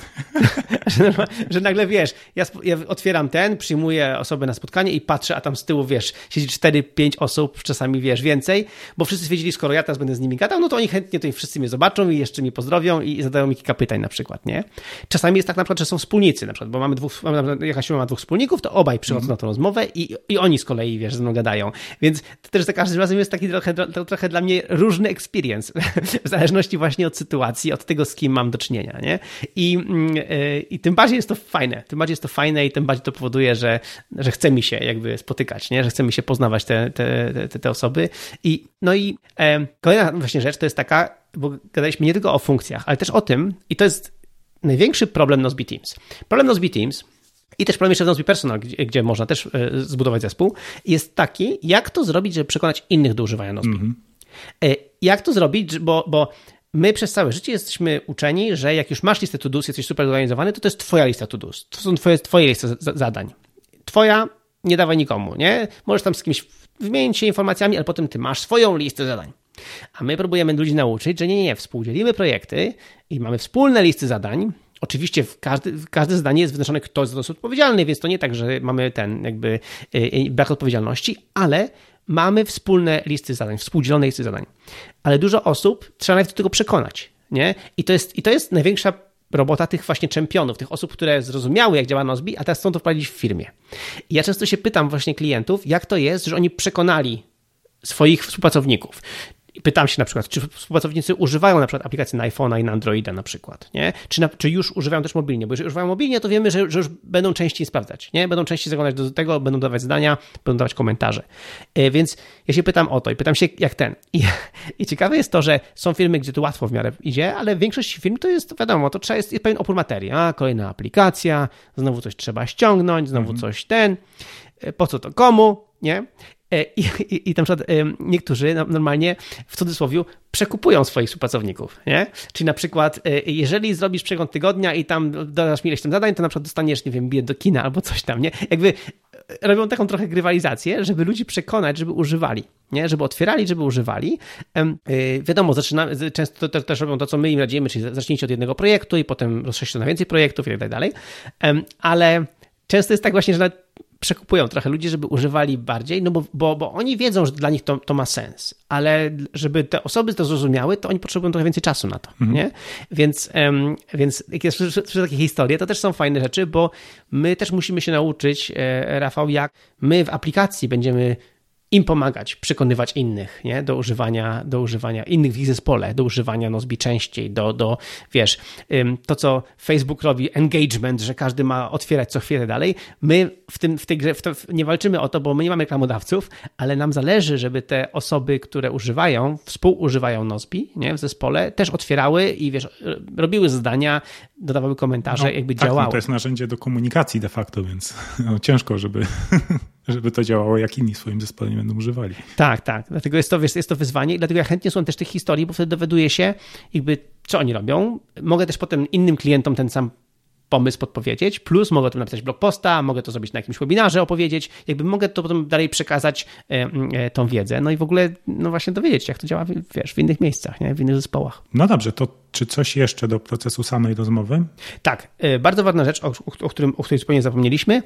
że, że nagle wiesz, ja, ja otwieram ten, przyjmuję osobę na spotkanie i patrzę, a tam z tyłu wiesz, siedzi cztery, pięć osób, czasami wiesz więcej, bo wszyscy stwierdzili, skoro ja teraz będę z nimi gadał, no to oni chętnie to wszyscy mnie zobaczą i jeszcze mnie pozdrowią i zadają mi kilka pytań na przykład, nie? Czasami jest tak na przykład, że są wspólnicy na przykład, bo mamy dwóch, mamy, jakaś firma ma dwóch wspólników, to obaj przychodzą mm. na tę rozmowę i, i oni z kolei, wiesz, ze mną gadają. Więc to też za każdym razem jest taki trochę, to, trochę dla mnie różny experience, w zależności właśnie od sytuacji, od tego, z kim mam do czynienia. Nie? I, yy, I tym bardziej jest to fajne, tym bardziej jest to fajne i tym bardziej to powoduje, że, że chce mi się jakby spotykać, nie? Że chce mi się poznawać te, te, te, te osoby. I, no i e, kolejna właśnie rzecz to jest taka, bo gadaliśmy nie tylko o funkcjach, ale też o tym, i to jest największy problem Nozbe Teams. Problem Nozbe Teams i też problem jeszcze w Nozbe Personal, gdzie, gdzie można też e, zbudować zespół, jest taki, jak to zrobić, żeby przekonać innych do używania Nozbe. Mm-hmm. E, jak to zrobić, bo, bo my przez całe życie jesteśmy uczeni, że jak już masz listę to-dos, jesteś super zorganizowany, to to jest twoja lista to-dos. To są twoje, twoje listy zadań. Twoja, nie dawaj nikomu, nie? Możesz tam z kimś wymienić się informacjami, ale potem ty masz swoją listę zadań. A my próbujemy ludzi nauczyć, że nie, nie, nie, współdzielimy projekty i mamy wspólne listy zadań. Oczywiście w każdy, w każde zadanie jest wyznaczone, kto jest za to odpowiedzialny, więc to nie tak, że mamy ten jakby brak odpowiedzialności, ale mamy wspólne listy zadań, współdzielone listy zadań. Ale dużo osób trzeba najpierw do tego przekonać, nie? I to jest, i to jest największa robota tych właśnie czempionów, tych osób, które zrozumiały, jak działa Nozbe, a teraz chcą to wprowadzić w firmie. I ja często się pytam właśnie klientów, jak to jest, że oni przekonali swoich współpracowników. I pytam się na przykład, czy współpracownicy używają na przykład aplikacji na iPhone'a i na Androida na przykład, nie? Czy, na, czy już używają też mobilnie, bo jeżeli używają mobilnie, to wiemy, że, że już będą częściej sprawdzać, nie? Będą częściej zaglądać do tego, będą dawać zdania, będą dawać komentarze. Yy, więc ja się pytam o to i pytam się jak ten. I, I ciekawe jest to, że są firmy, gdzie to łatwo w miarę idzie, ale większość firm to jest, wiadomo, to trzeba jest, jest pewien opór materii. A, kolejna aplikacja, znowu coś trzeba ściągnąć, znowu mhm. coś ten, po co to komu, nie? I, i, i na przykład niektórzy normalnie w cudzysłowie przekupują swoich współpracowników, nie? Czyli na przykład jeżeli zrobisz przegląd tygodnia i tam dodasz mi ileś tam zadań, to na przykład dostaniesz, nie wiem, bilet do kina albo coś tam, nie? Jakby robią taką trochę grywalizację, żeby ludzi przekonać, żeby używali, nie? Żeby otwierali, żeby używali. Yy, wiadomo, zaczynamy, często to, też robią to, co my im radzimy, czyli zacznijcie od jednego projektu i potem rozszerzcie to na więcej projektów i tak dalej, yy, ale często jest tak właśnie, że nawet przekupują trochę ludzi, żeby używali bardziej, no bo, bo, bo oni wiedzą, że dla nich to, to ma sens, ale żeby te osoby to zrozumiały, to oni potrzebują trochę więcej czasu na to, mhm. nie? Więc, um, więc jak ja słyszę, słyszę takie historie, to też są fajne rzeczy, bo my też musimy się nauczyć, e, Rafał, jak my w aplikacji będziemy im pomagać, przekonywać innych, nie? Do używania, do używania innych w ich zespole, do używania Nozbe częściej, do, do wiesz, to co Facebook robi, engagement, że każdy ma otwierać co chwilę dalej. My w tym, w tej grze w to, nie walczymy o to, bo my nie mamy reklamodawców, ale nam zależy, żeby te osoby, które używają, współużywają Nozbe, nie? W zespole, też otwierały i wiesz, robiły zadania, dodawały komentarze, no, jakby tak, działały. No to jest narzędzie do komunikacji de facto, więc no, ciężko, żeby... żeby to działało, jak inni w swoim zespole nie będą używali. Tak, tak. Dlatego jest to, wiesz, jest to wyzwanie i dlatego ja chętnie słucham też tych historii, bo wtedy dowiaduję się, jakby co oni robią. Mogę też potem innym klientom ten sam pomysł podpowiedzieć, plus mogę o tym napisać blog posta, mogę to zrobić na jakimś webinarze, opowiedzieć, jakby mogę to potem dalej przekazać e, e, tą wiedzę, no i w ogóle no właśnie dowiedzieć, jak to działa, wiesz, w innych miejscach, nie? W innych zespołach. No dobrze, to czy coś jeszcze do procesu samej rozmowy? Tak, e, bardzo ważna rzecz, o, o, którym, o której zupełnie zapomnieliśmy.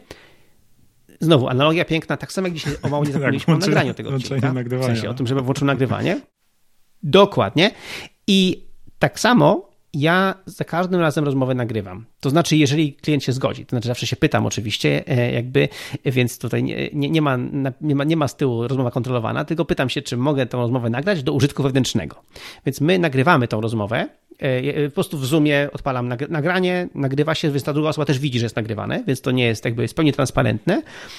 Znowu, analogia piękna, tak samo jak dzisiaj o mało nie zapomnieliśmy tak, o nagraniu tego odcinka. W sensie o tym, żeby włączył nagrywanie. Dokładnie. I tak samo ja za każdym razem rozmowę nagrywam. To znaczy, jeżeli klient się zgodzi, to znaczy zawsze się pytam oczywiście, jakby, więc tutaj nie, nie, nie, ma, nie, ma, nie ma z tyłu rozmowa kontrolowana, tylko pytam się, czy mogę tę rozmowę nagrać do użytku wewnętrznego. Więc my nagrywamy tą rozmowę, po prostu w Zoomie odpalam nagranie, nagrywa się, więc ta druga osoba też widzi, że jest nagrywane, więc to nie jest jakby jest pełnie transparentne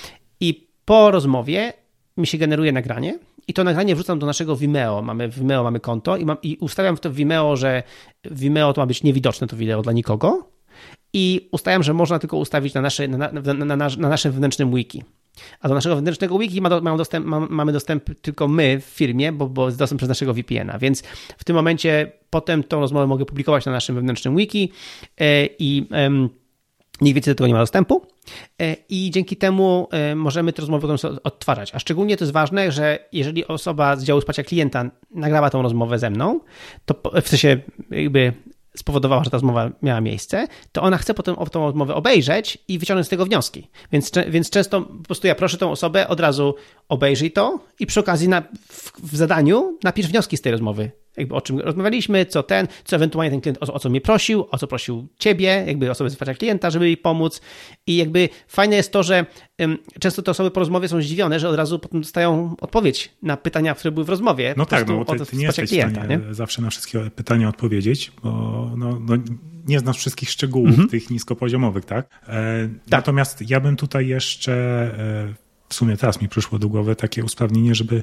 i po rozmowie mi się generuje nagranie i to nagranie wrzucam do naszego Vimeo. Mamy w Vimeo mamy konto i, mam, i ustawiam w to Vimeo, że Vimeo to ma być niewidoczne to wideo dla nikogo i ustawiam, że można tylko ustawić na, nasze, na, na, na, na, na naszym wewnętrznym wiki. A do naszego wewnętrznego wiki ma do, mają dostęp, ma, mamy dostęp tylko my w firmie, bo, bo jest dostęp przez naszego V P N a, więc w tym momencie potem tą rozmowę mogę publikować na naszym wewnętrznym wiki e, i e, nikt więcej do tego nie ma dostępu e, i dzięki temu e, możemy te rozmowy potem odtwarzać. A szczególnie to jest ważne, że jeżeli osoba z działu wsparcia klienta nagrała tą rozmowę ze mną, to w sensie jakby spowodowała, że ta rozmowa miała miejsce, to ona chce potem tą rozmowę obejrzeć i wyciągnąć z tego wnioski. Więc, więc często po prostu ja proszę tą osobę od razu obejrzyj to i przy okazji na, w, w zadaniu napisz wnioski z tej rozmowy. Jakby o czym rozmawialiśmy, co ten, co ewentualnie ten klient, o, o co mnie prosił, o co prosił ciebie, jakby osobę z wsparcia klienta, żeby jej pomóc. I jakby fajne jest to, że um, często te osoby po rozmowie są zdziwione, że od razu potem dostają odpowiedź na pytania, które były w rozmowie. No tak, no bo ty, ty nie jesteś klienta, w stanie nie? zawsze na wszystkie pytania odpowiedzieć, bo no, no, nie znasz wszystkich szczegółów mhm. tych niskopoziomowych, tak? E, tak? Natomiast ja bym tutaj jeszcze, e, w sumie teraz mi przyszło do głowy takie usprawnienie, żeby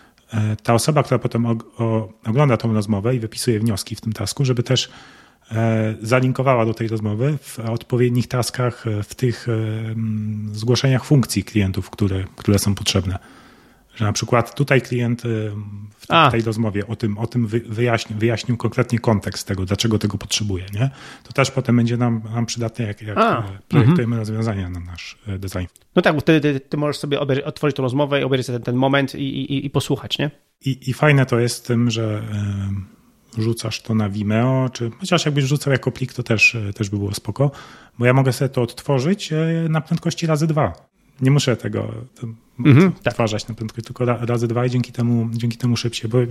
ta osoba, która potem o, o, ogląda tą rozmowę i wypisuje wnioski w tym tasku, żeby też e, zalinkowała do tej rozmowy w odpowiednich taskach, w tych e, zgłoszeniach funkcji klientów, które, które są potrzebne. Że na przykład tutaj klient w tej, tej rozmowie o tym, o tym wyjaśnił, wyjaśnił konkretnie kontekst tego, dlaczego tego potrzebuje. Nie? To też potem będzie nam, nam przydatne, jak, jak projektujemy mhm. rozwiązania na nasz design. No tak, bo wtedy ty, ty możesz sobie obejrzeć, otworzyć tą rozmowę i obejrzeć ten, ten moment i, i, i posłuchać, nie? I, I fajne to jest tym, że y, rzucasz to na Vimeo, czy chociaż jakbyś rzucał jako plik, to też, też by było spoko, bo ja mogę sobie to odtworzyć na prędkości razy dwa. Nie muszę tego mm-hmm, odtwarzać tak. na prędkość, tylko razy dwa i dzięki temu, dzięki temu szybciej, bo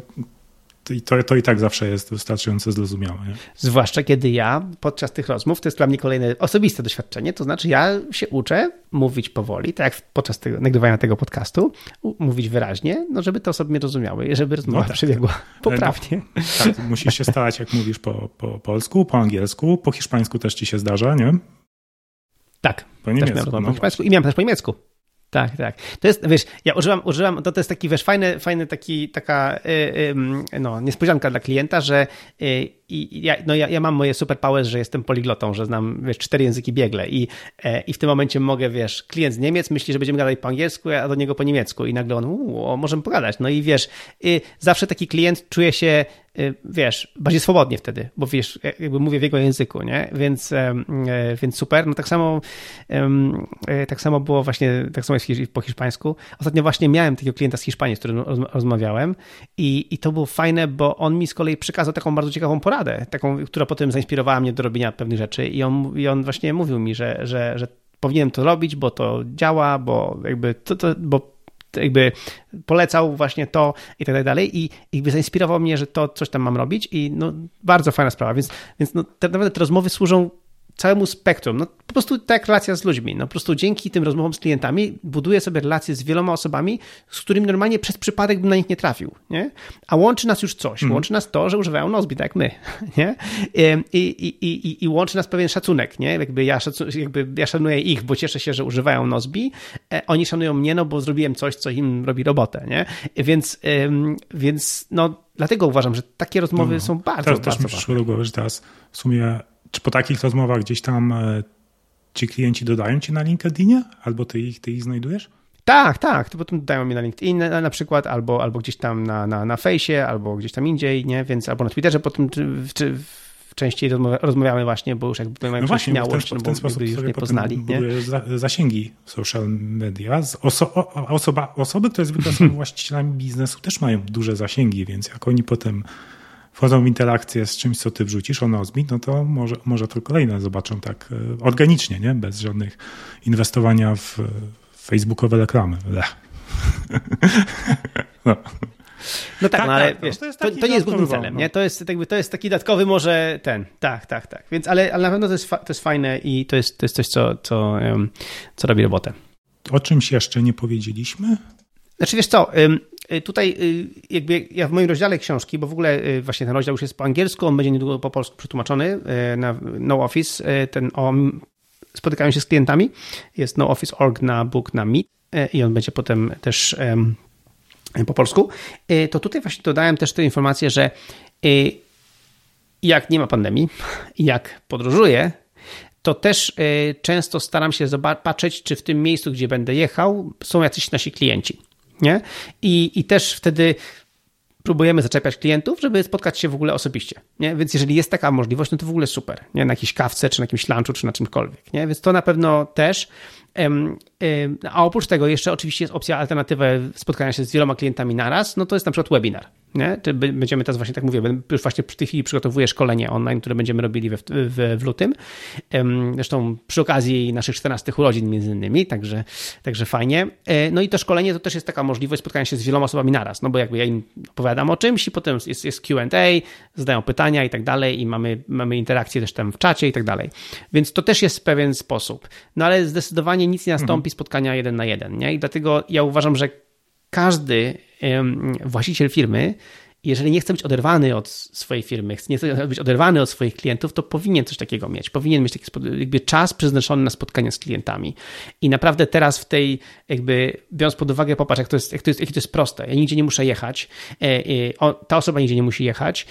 to, to i tak zawsze jest wystarczająco zrozumiałe. Nie? Zwłaszcza kiedy ja podczas tych rozmów, to jest dla mnie kolejne osobiste doświadczenie, to znaczy ja się uczę mówić powoli, tak jak podczas tego, nagrywania tego podcastu, mówić wyraźnie, no żeby te osoby mnie rozumiały, żeby rozmowa no tak, przebiegła tak. poprawnie. No, tak, musisz się starać, jak mówisz po, po polsku, po angielsku, po hiszpańsku też ci się zdarza, nie? Tak, po niemiecku, też miałem no po hiszpańsku i miałem też po niemiecku. Tak, tak. To jest, wiesz, ja używam, używam to, to jest taki, wiesz, fajny, fajny taki, taka, yy, no, niespodzianka dla klienta, że yy, i ja, no ja, ja mam moje superpowers, że jestem poliglotą, że znam, wiesz, cztery języki biegle i, e, i w tym momencie mogę, wiesz, klient z Niemiec myśli, że będziemy gadać po angielsku, a do niego po niemiecku i nagle on, uuu, możemy pogadać. No i wiesz, y, zawsze taki klient czuje się, y, wiesz, bardziej swobodnie wtedy, bo wiesz, jakby mówię w jego języku, nie? Więc, e, więc super. No tak samo, e, tak samo było właśnie, tak samo jest po hiszpańsku. Ostatnio właśnie miałem takiego klienta z Hiszpanii, z którym rozmawiałem i, i to było fajne, bo on mi z kolei przekazał taką bardzo ciekawą poradę, taką, która potem zainspirowała mnie do robienia pewnych rzeczy i on, i on właśnie mówił mi, że, że, że powinienem to robić, bo to działa, bo jakby to, to bo jakby polecał właśnie to i tak dalej i jakby zainspirował mnie, że to coś tam mam robić i no bardzo fajna sprawa, więc, więc no, tak naprawdę te rozmowy służą całemu spektrum, no po prostu tak jak relacja z ludźmi, no po prostu dzięki tym rozmowom z klientami buduję sobie relacje z wieloma osobami, z którymi normalnie przez przypadek bym na nich nie trafił, nie? A łączy nas już coś, mm. łączy nas to, że używają Nozbe, tak jak my, nie? I, i, i, i łączy nas pewien szacunek, nie? Jakby ja, szacu, jakby ja szanuję ich, bo cieszę się, że używają Nozbe, oni szanują mnie, no bo zrobiłem coś, co im robi robotę, nie? Więc, więc no dlatego uważam, że takie rozmowy no, są bardzo, teraz bardzo też mi przyszło do głowy, że teraz w sumie czy po takich rozmowach gdzieś tam ci klienci dodają cię na LinkedInie? Albo ty ich, ty ich znajdujesz? Tak, tak. To potem dodają mnie na LinkedIn na, na przykład, albo, albo gdzieś tam na, na, na fejsie, albo gdzieś tam indziej, nie? Więc albo na Twitterze potem czy, czy częściej rozmawia, rozmawiamy właśnie, bo już jakby mają no właśnie, śmiałość, w ten, no w ten bo sposób już nie poznali. Nie? Zasięgi social media. Oso, osoba, osoby, które zwykle są właścicielami biznesu, też mają duże zasięgi, więc jak oni potem wchodzą w interakcję z czymś, co ty wrzucisz o Nozbe, no to może, może to kolejne zobaczą tak organicznie, nie? Bez żadnych inwestowania w facebookowe reklamy. No. No tak, tak, no ale tak, wiesz, to, jest to, to nie jest głównym celem, no. nie? To jest, jakby, to jest taki dodatkowy może ten, tak, tak, tak. Więc, ale, ale na pewno to jest, fa- to jest fajne i to jest, to jest coś, co, co, um, co robi robotę. O czymś jeszcze nie powiedzieliśmy? Znaczy wiesz co, tutaj jakby ja w moim rozdziale książki, bo w ogóle właśnie ten rozdział już jest po angielsku, on będzie niedługo po polsku przetłumaczony na No Office, ten o spotykają się z klientami, jest No Office kropka org na book na Meet i on będzie potem też po polsku, to tutaj właśnie dodałem też tę informację, że jak nie ma pandemii, jak podróżuję, to też często staram się zobaczyć, czy w tym miejscu, gdzie będę jechał, są jacyś nasi klienci. Nie? I, I też wtedy próbujemy zaczepiać klientów, żeby spotkać się w ogóle osobiście. Nie? Więc jeżeli jest taka możliwość, no to w ogóle super. Nie? Na jakiejś kawce, czy na jakimś lunchu, czy na czymkolwiek. Nie? Więc to na pewno też. A oprócz tego jeszcze oczywiście jest opcja alternatywa spotkania się z wieloma klientami naraz, no to jest na przykład webinar. Nie? Czy będziemy teraz właśnie, tak mówię, już właśnie w tej chwili przygotowuję szkolenie online, które będziemy robili we, w, w lutym. Zresztą przy okazji naszych czternastych urodzin między innymi, także, także fajnie. No i to szkolenie to też jest taka możliwość spotkania się z wieloma osobami naraz, no bo jakby ja im opowiadam o czymś i potem jest, jest Q and A, zadają pytania i tak dalej i mamy, mamy interakcje też tam w czacie i tak dalej. Więc to też jest pewien sposób. No ale zdecydowanie nic nie nastąpi mhm. spotkania jeden na jeden, nie? I dlatego ja uważam, że każdy właściciel firmy, jeżeli nie chce być oderwany od swojej firmy, nie chce być oderwany od swoich klientów, to powinien coś takiego mieć. Powinien mieć taki jakby czas przeznaczony na spotkania z klientami. I naprawdę teraz w tej, jakby biorąc pod uwagę, popatrz, jak to jest, jak to jest, jakie to jest proste. Ja nigdzie nie muszę jechać, ta osoba nigdzie nie musi jechać.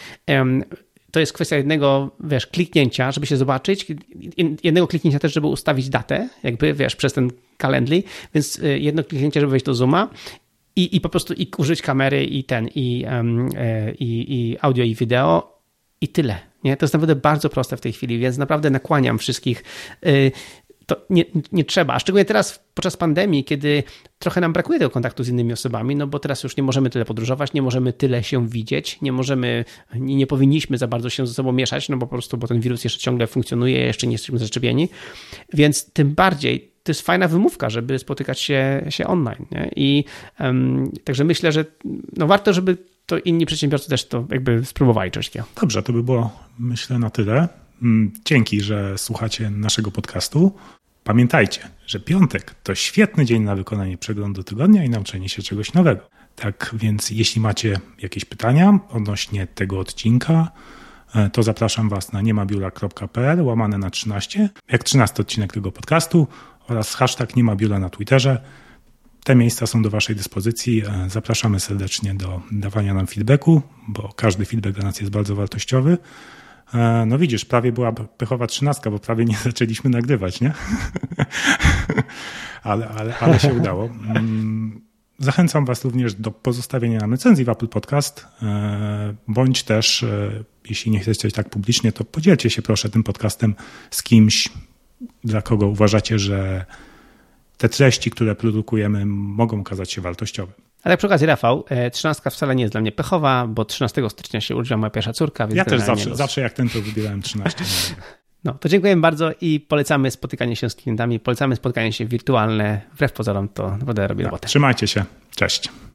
To jest kwestia jednego, wiesz, kliknięcia, żeby się zobaczyć, jednego kliknięcia też, żeby ustawić datę, jakby, wiesz, przez ten Calendly, więc jedno kliknięcie, żeby wejść do Zooma i, i po prostu i użyć kamery i ten, i, um, i, i audio i wideo i tyle. Nie? To jest naprawdę bardzo proste w tej chwili, więc naprawdę nakłaniam wszystkich. To nie, nie trzeba, a szczególnie teraz podczas pandemii, kiedy trochę nam brakuje tego kontaktu z innymi osobami, no bo teraz już nie możemy tyle podróżować, nie możemy tyle się widzieć, nie możemy, nie, nie powinniśmy za bardzo się ze sobą mieszać, no bo po prostu, bo ten wirus jeszcze ciągle funkcjonuje, jeszcze nie jesteśmy zaszczepieni, więc tym bardziej to jest fajna wymówka, żeby spotykać się, się online. Nie? I um, także myślę, że no warto, żeby to inni przedsiębiorcy też to jakby spróbowali coś takiego. Dobrze, to by było, myślę, na tyle. Dzięki, że słuchacie naszego podcastu. Pamiętajcie, że piątek to świetny dzień na wykonanie przeglądu tygodnia i nauczenie się czegoś nowego. Tak więc jeśli macie jakieś pytania odnośnie tego odcinka, to zapraszam Was na niemabiula kropka p l łamane na trzynaście, jak trzynasty odcinek tego podcastu oraz hashtag niemabiula na Twitterze. Te miejsca są do Waszej dyspozycji. Zapraszamy serdecznie do dawania nam feedbacku, bo każdy feedback dla nas jest bardzo wartościowy. No widzisz, prawie była pechowa trzynastka, bo prawie nie zaczęliśmy nagrywać, nie? ale, ale, ale się udało. Zachęcam Was również do pozostawienia nam recenzji w Apple Podcast, bądź też, jeśli nie chcecie tak publicznie, to podzielcie się proszę tym podcastem z kimś, dla kogo uważacie, że te treści, które produkujemy, mogą okazać się wartościowe. Ale przy okazji, Rafał, trzynastka wcale nie jest dla mnie pechowa, bo trzynastego stycznia się urodziła moja pierwsza córka. Więc ja też zawsze, zawsze jak ten to wybierałem trzynaście. No, to dziękujemy bardzo i polecamy spotykanie się z klientami, polecamy spotkanie się wirtualne. Wbrew pozorom to naprawdę robi robotę. Trzymajcie się. Cześć.